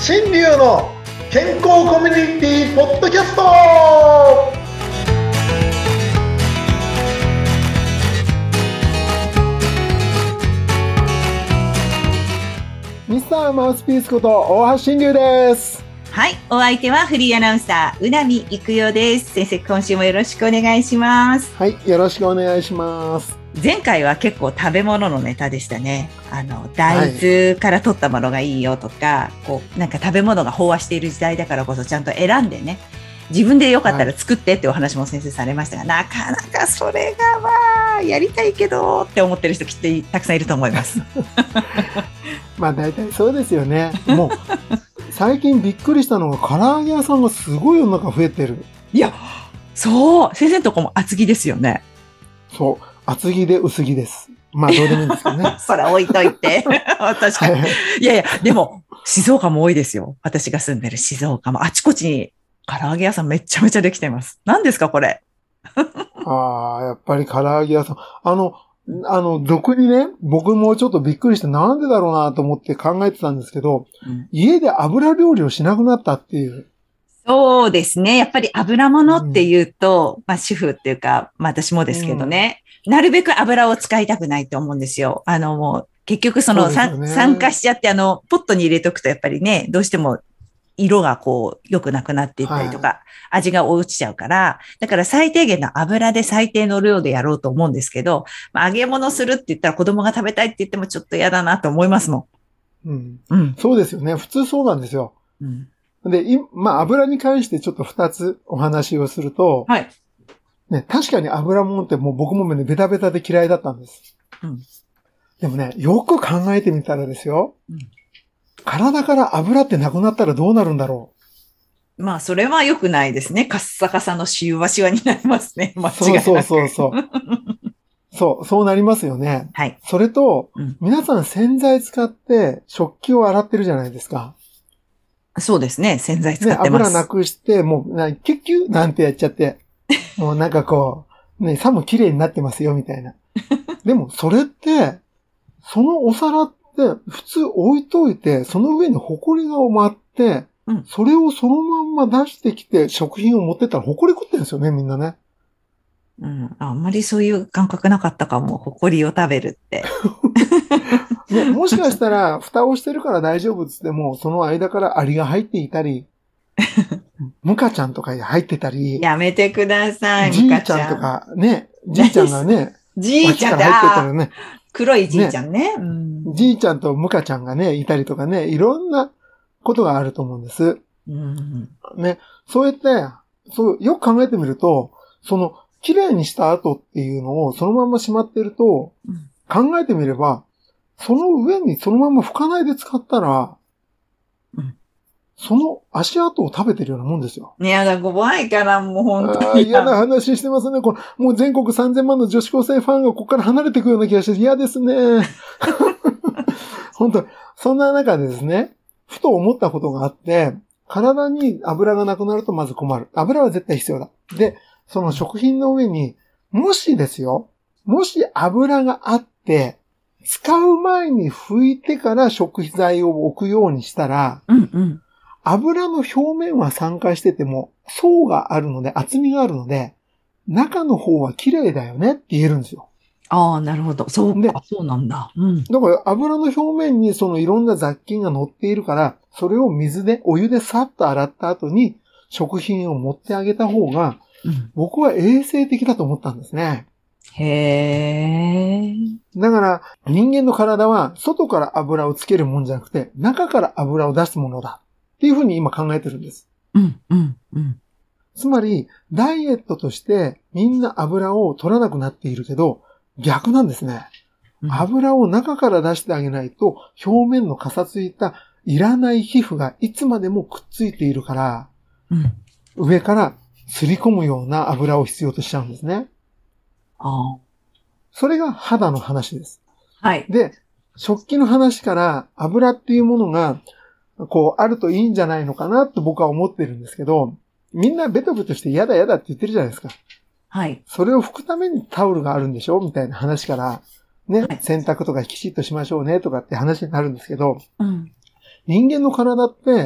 新流の健康コミュニティポッドキャスト。ミスターマウスピースこと大橋新流です。 はい、お相手はフリーアナウンサー、宇波育代です。先生、今週もよろしくお願いします。 はい、よろしくお願いします。 前回は結構食べ物のネタでしたね。大豆から取ったものがいいよとか、なんか食べ物が飽和している時代だからこそちゃんと選んでね、自分でよかったら作ってってお話も先生されましたが、なかなかそれがやりたいけどって思ってる人きっとたくさんいると思います。 まあ大体そうですよね。もう最近びっくりしたのが唐揚げ屋さんがすごい世の中増えてる。 いや、そう、先生のとこも厚着ですよね。 そう、厚着で薄着です。まあどうでもいいんですけどね。 それ置いといて。確かに。いやいや、でも、静岡も多いですよ。私が住んでる静岡も。あちこちに唐揚げ屋さんめちゃめちゃできてます。何ですか、これ。 ああ、やっぱり唐揚げ屋さん。俗にね、僕もちょっとびっくりしてなんでだろうなと思って考えてたんですけど、家で油料理をしなくなったっていう。 そうですね。やっぱり油物っていうと、主婦っていうか、私もですけどね、なるべく油を使いたくないと思うんですよ。もう、結局酸化しちゃって、ポットに入れとくとやっぱりね、どうしても色が良くなくなっていったりとか、味が落ちちゃうから、だから最低限の油で最低の量でやろうと思うんですけど、揚げ物するって言ったら子供が食べたいって言ってもちょっと嫌だなと思いますもん。そうですよね。普通そうなんですよ。で、油に関してちょっと2つお話をすると、はい。ね、確かに油もんってもう僕もね、ベタベタで嫌いだったんです。でもね、よく考えてみたらですよ。体から油ってなくなったらどうなるんだろう。それは良くないですね。カッサカサのシワシワになりますね。間違いなく。 そうなりますよね。 はい。 それと、皆さん洗剤使って食器を洗ってるじゃないですか。 そうですね。洗剤使ってます。 ね、油なくして、もう、キュッキュなんてやっちゃって、もうなんかさも綺麗になってますよ、みたいな。でも、それって、そのお皿って普通置いといて、その上にホコリが舞って、それをそのまんま出してきて食品を持ってったらホコリ食ってるんですよね、みんなね。 あんまりそういう感覚なかったかも、ホコリを食べるって。 ね、もしかしたら、蓋をしてるから大丈夫って言っても、その間からアリが入っていたり、ムカちゃんとか入ってたり。 やめてください、 じいちゃんとかね、じいちゃんがね、 じいちゃんから入ってたらね。 黒いじいちゃんね。 じいちゃんとムカちゃんがね、いたりとかね、いろんなことがあると思うんです。ね、そうやって、よく考えてみると、綺麗にした後っていうのをそのまましまってると、考えてみれば、その上にそのまま拭かないで使ったら、その足跡を食べてるようなもんですよ。 いやだ、怖いから、もう本当に。 嫌な話してますね。もう全国3000万の女子高生ファンがここから離れていくような気がして嫌ですね。本当そんな中でですね、ふと思ったことがあって、体に油がなくなるとまず困る。油は絶対必要だ。で、その食品の上に、もし油があって、使う前に拭いてから食材を置くようにしたら、油の表面は酸化してても、層があるので、厚みがあるので、中の方は綺麗だよねって言えるんですよ。 ああ、なるほど。そうなんだ。 だから油の表面にいろんな雑菌が乗っているから、それをお湯でさっと洗った後に食品を持ってあげた方が、僕は衛生的だと思ったんですね。 へー。 だから人間の体は外から油をつけるもんじゃなくて、中から油を出すものだっていうふうに今考えてるんです。つまり、ダイエットとしてみんな油を取らなくなっているけど、逆なんですね。油を中から出してあげないと、表面のかさついたいらない皮膚がいつまでもくっついているから、上からすり込むような油を必要としちゃうんですね。それが肌の話です。 はい。 で、食器の話から油っていうものが、あるといいんじゃないのかなと僕は思ってるんですけど、みんなベトベトして嫌だって言ってるじゃないですか。 はい。 それを拭くためにタオルがあるんでしょみたいな話から、ね、洗濯とかきちっとしましょうねとかって話になるんですけど、人間の体って、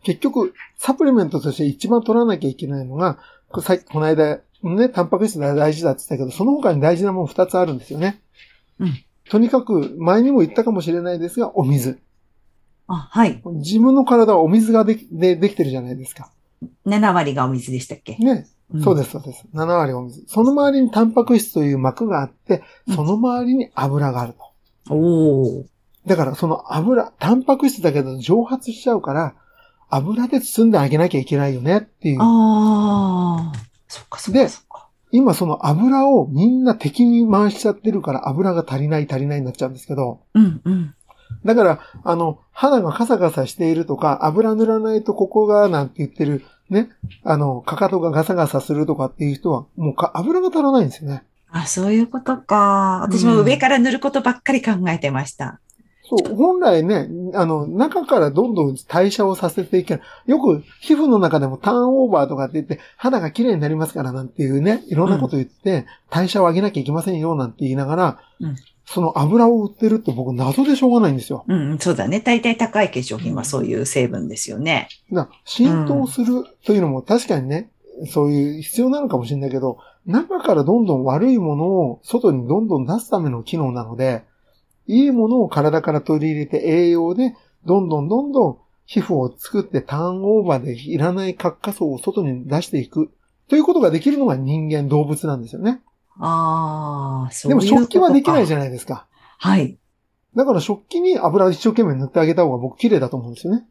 結局、サプリメントとして一番取らなきゃいけないのが、この間、ね、タンパク質が大事だって言ったけど、その他に大事なもの2つあるんですよね。 うん。 とにかく、前にも言ったかもしれないですが、お水。 はい。 自分の体はお水ができてるじゃないですか。 7割がお水でしたっけ？ ね。 うん、 そうです、そうです。7割お水。その周りにタンパク質という膜があって、その周りに油があると。 おー。 だからそのタンパク質だけど蒸発しちゃうから、油で包んであげなきゃいけないよねっていう。 ああ、そっかそっかそっか。 で、今その油をみんな敵に回しちゃってるから油が足りないになっちゃうんですけど。 うんうん。 だから、肌がカサカサしているとか、油塗らないとここがなんて言ってる、ね。かかとがガサガサするとかっていう人は、もう油が足らないんですよね。 あ、そういうことか。私も上から塗ることばっかり考えてました。 そう、本来ね、中からどんどん代謝をさせていけない。よく皮膚の中でもターンオーバーとかって言って、肌が綺麗になりますからなんていうね、いろんなこと言って、代謝を上げなきゃいけませんよなんて言いながら、その油を売ってるって僕謎でしょうがないんですよ。 うん、そうだね。大体高い化粧品はそういう成分ですよね。 浸透するというのも確かにね、そういう必要なのかもしれないけど、中からどんどん悪いものを外にどんどん出すための機能なので、いいものを体から取り入れて栄養で、どんどん皮膚を作ってターンオーバーでいらない角化層を外に出していく。ということができるのが人間、動物なんですよね。 ああ、そういうことか。 でも食器はできないじゃないですか。 はい。 だから食器に油を一生懸命塗ってあげた方が僕綺麗だと思うんですよね。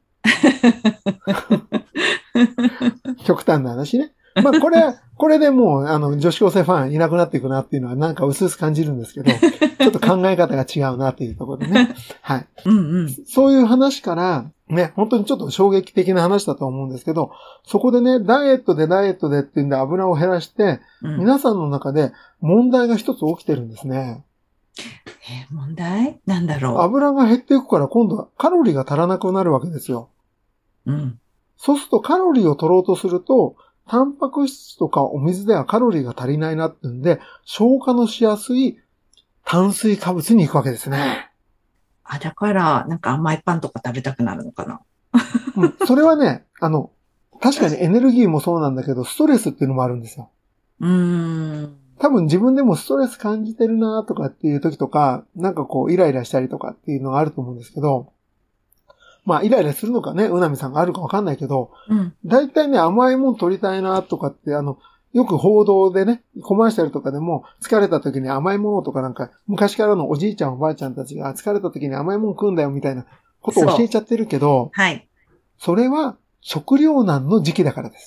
極端な話ね。まあこれでもう女子高生ファンいなくなっていくなっていうのはなんか薄々感じるんですけど、ちょっと考え方が違うなっていうところでね。はい。そういう話から、ね、本当にちょっと衝撃的な話だと思うんですけど、そこでね、ダイエットでっていうんで油を減らして、皆さんの中で問題が一つ起きてるんですね。 問題なんだろう。 油が減っていくから今度はカロリーが足らなくなるわけですよ。そうするとカロリーを取ろうとすると、タンパク質とかお水ではカロリーが足りないなってんで、消化のしやすい炭水化物に行くわけですね。 だから、なんか甘いパンとか食べたくなるのかな。 それはね、確かにエネルギーもそうなんだけど、ストレスっていうのもあるんですよ。多分自分でもストレス感じてるなとかっていう時とか、なんかこうイライラしたりとかっていうのがあると思うんですけど、まあイライラするのかね、うなみさんがあるかわかんないけど、大体ね、甘いもん取りたいなとかってよく報道でね、コマーシャルとかでも疲れた時に甘いものとかなんか、昔からのおじいちゃんおばあちゃんたちが疲れた時に甘いもん食うんだよみたいなことを教えちゃってるけど、 はい。 それは食糧難の時期だからです。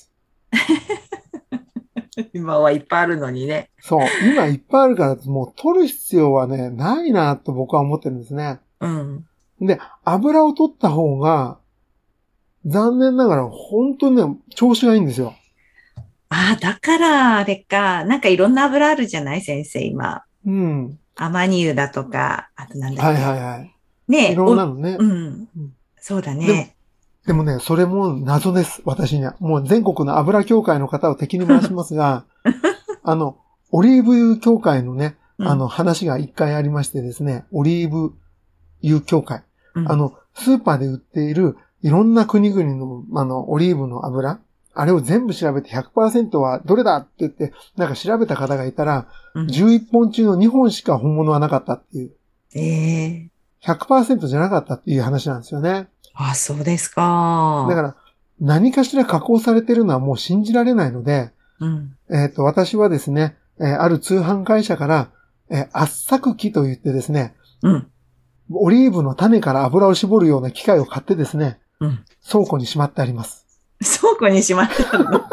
今はいっぱいあるのにね。 そう。今いっぱいあるから、もう取る必要はね、ないなと僕は思ってるんですね。で、油を取った方が、残念ながら本当にね、調子がいいんですよ。 だからあれか。なんかいろんな油あるじゃない先生、今。アマニ油だとか、あとなんだっけ。 はい。 ねいろんなのね。 そうだね。 でもね、それも謎です、私には。もう全国の油協会の方を敵に回しますが、オリーブ油協会のね、話が一回ありましてですね、オリーブ油協会。スーパーで売っているいろんな国々の、オリーブの油、あれを全部調べて 100% はどれだって言って、なんか調べた方がいたら、11本中の2本しか本物はなかったっていう。100% じゃなかったっていう話なんですよね。 そうですか。 だから、何かしら加工されてるのはもう信じられないので、私はですね、ある通販会社から、圧搾機と言ってですね、オリーブの種から油を絞るような機械を買ってですね、倉庫にしまってあります。 倉庫にしまってあるの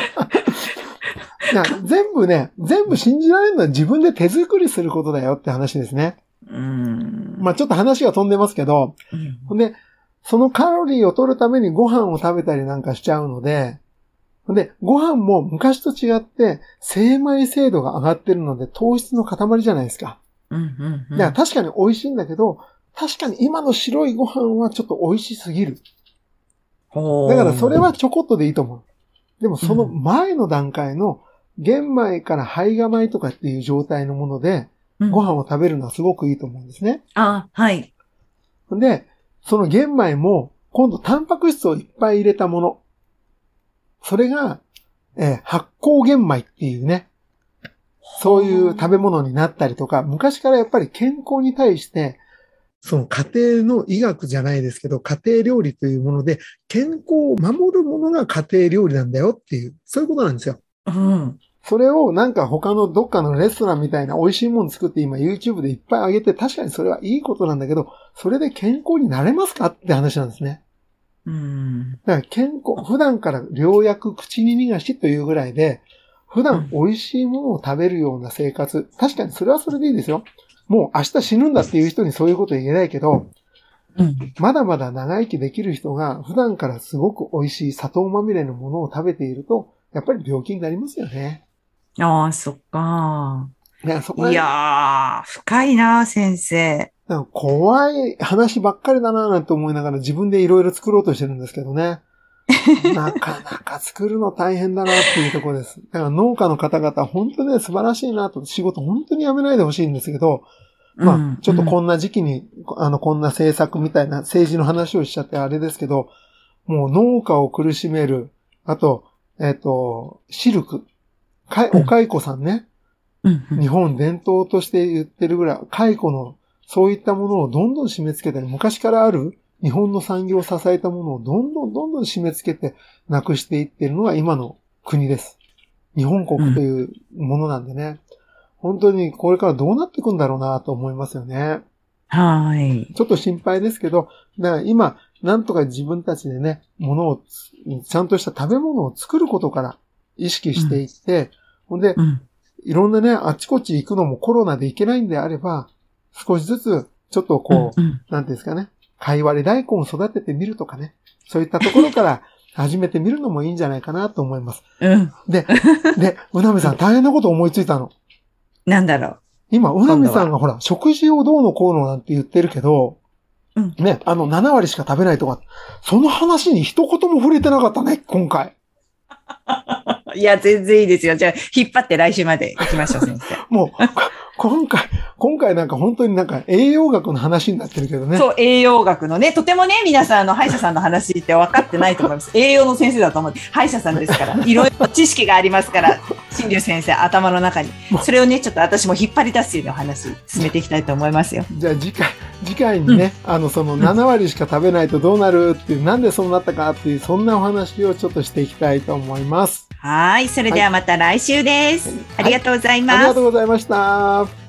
全部信じられるのは自分で手作りすることだよって話ですね。まあちょっと話が飛んでますけど、で、そのカロリーを取るためにご飯を食べたりなんかしちゃうので、ご飯も昔と違って精米精度が上がってるので糖質の塊じゃないですか。だから確かに美味しいんだけど、確かに今の白いご飯はちょっと美味しすぎる。だからそれはちょこっとでいいと思う。でもその前の段階の玄米から胚芽米とかっていう状態のもので、ご飯を食べるのはすごくいいと思うんですね。 はい。 で、その玄米も今度タンパク質をいっぱい入れたもの。それが、発酵玄米っていうね、そういう食べ物になったりとか、昔からやっぱり健康に対して、その家庭の医学じゃないですけど、家庭料理というもので、健康を守るものが家庭料理なんだよっていう、そういうことなんですよ。 うん。 それをなんか他のどっかのレストランみたいな美味しいもの作って今 YouTube でいっぱいあげて、確かにそれはいいことなんだけど、それで健康になれますかって話なんですね。 うん。 だから健康、普段から良薬口に逃がしというぐらいで、普段美味しいものを食べるような生活、確かにそれはそれでいいですよ。もう明日死ぬんだっていう人にそういうこと言えないけど、 うん。 まだまだ長生きできる人が普段からすごく美味しい砂糖まみれのものを食べていると、やっぱり病気になりますよね。 ああ、そっか。 そこいやー、深いな、先生。 なんか怖い話ばっかりだなぁなんて思いながら自分でいろいろ作ろうとしてるんですけどね。なかなか作るの大変だなっていうところです。だから農家の方々本当ね素晴らしいなと、仕事本当にやめないでほしいんですけど、まあちょっとこんな時期に、こんな政策みたいな政治の話をしちゃってあれですけど、もう農家を苦しめる、あと、シルク、お蚕さんね、日本伝統として言ってるぐらい、蚕のそういったものをどんどん締め付けて、昔からある日本の産業を支えたものをどんどん締め付けてなくしていっているのが今の国です。日本国というものなんでね。本当にこれからどうなっていくんだろうなと思いますよね。 はい。 ちょっと心配ですけど、だから今、なんとか自分たちでね、ちゃんとした食べ物を作ることから意識していって、ほんで、いろんなね、あっちこっち行くのもコロナで行けないんであれば、少しずつ、ちょっとこう、なんていうんですかね、貝割り大根を育ててみるとかね、そういったところから始めてみるのもいいんじゃないかなと思います。で、うなみさん大変なこと思いついたの。 なんだろう。 今、うなみさんがほら、食事をどうのこうのなんて言ってるけど、ね、7割しか食べないとか、その話に一言も触れてなかったね、今回。 いや、全然いいですよ。じゃあ、引っ張って来週まで行きましょう、先生。 もう、今回なんか本当になんか栄養学の話になってるけどね。 そう、栄養学のね、とてもね、皆さん、歯医者さんの話って分かってないと思います。栄養の先生だと思う。歯医者さんですから、いろいろ知識がありますから、新竜先生、頭の中に。それをね、ちょっと私も引っ張り出すような話、進めていきたいと思いますよ。 じゃあ次回にね、その7割しか食べないとどうなるっていう、なんでそうなったかっていう、そんなお話をちょっとしていきたいと思います。 はい。それではまた来週です。ありがとうございます。 ありがとうございました。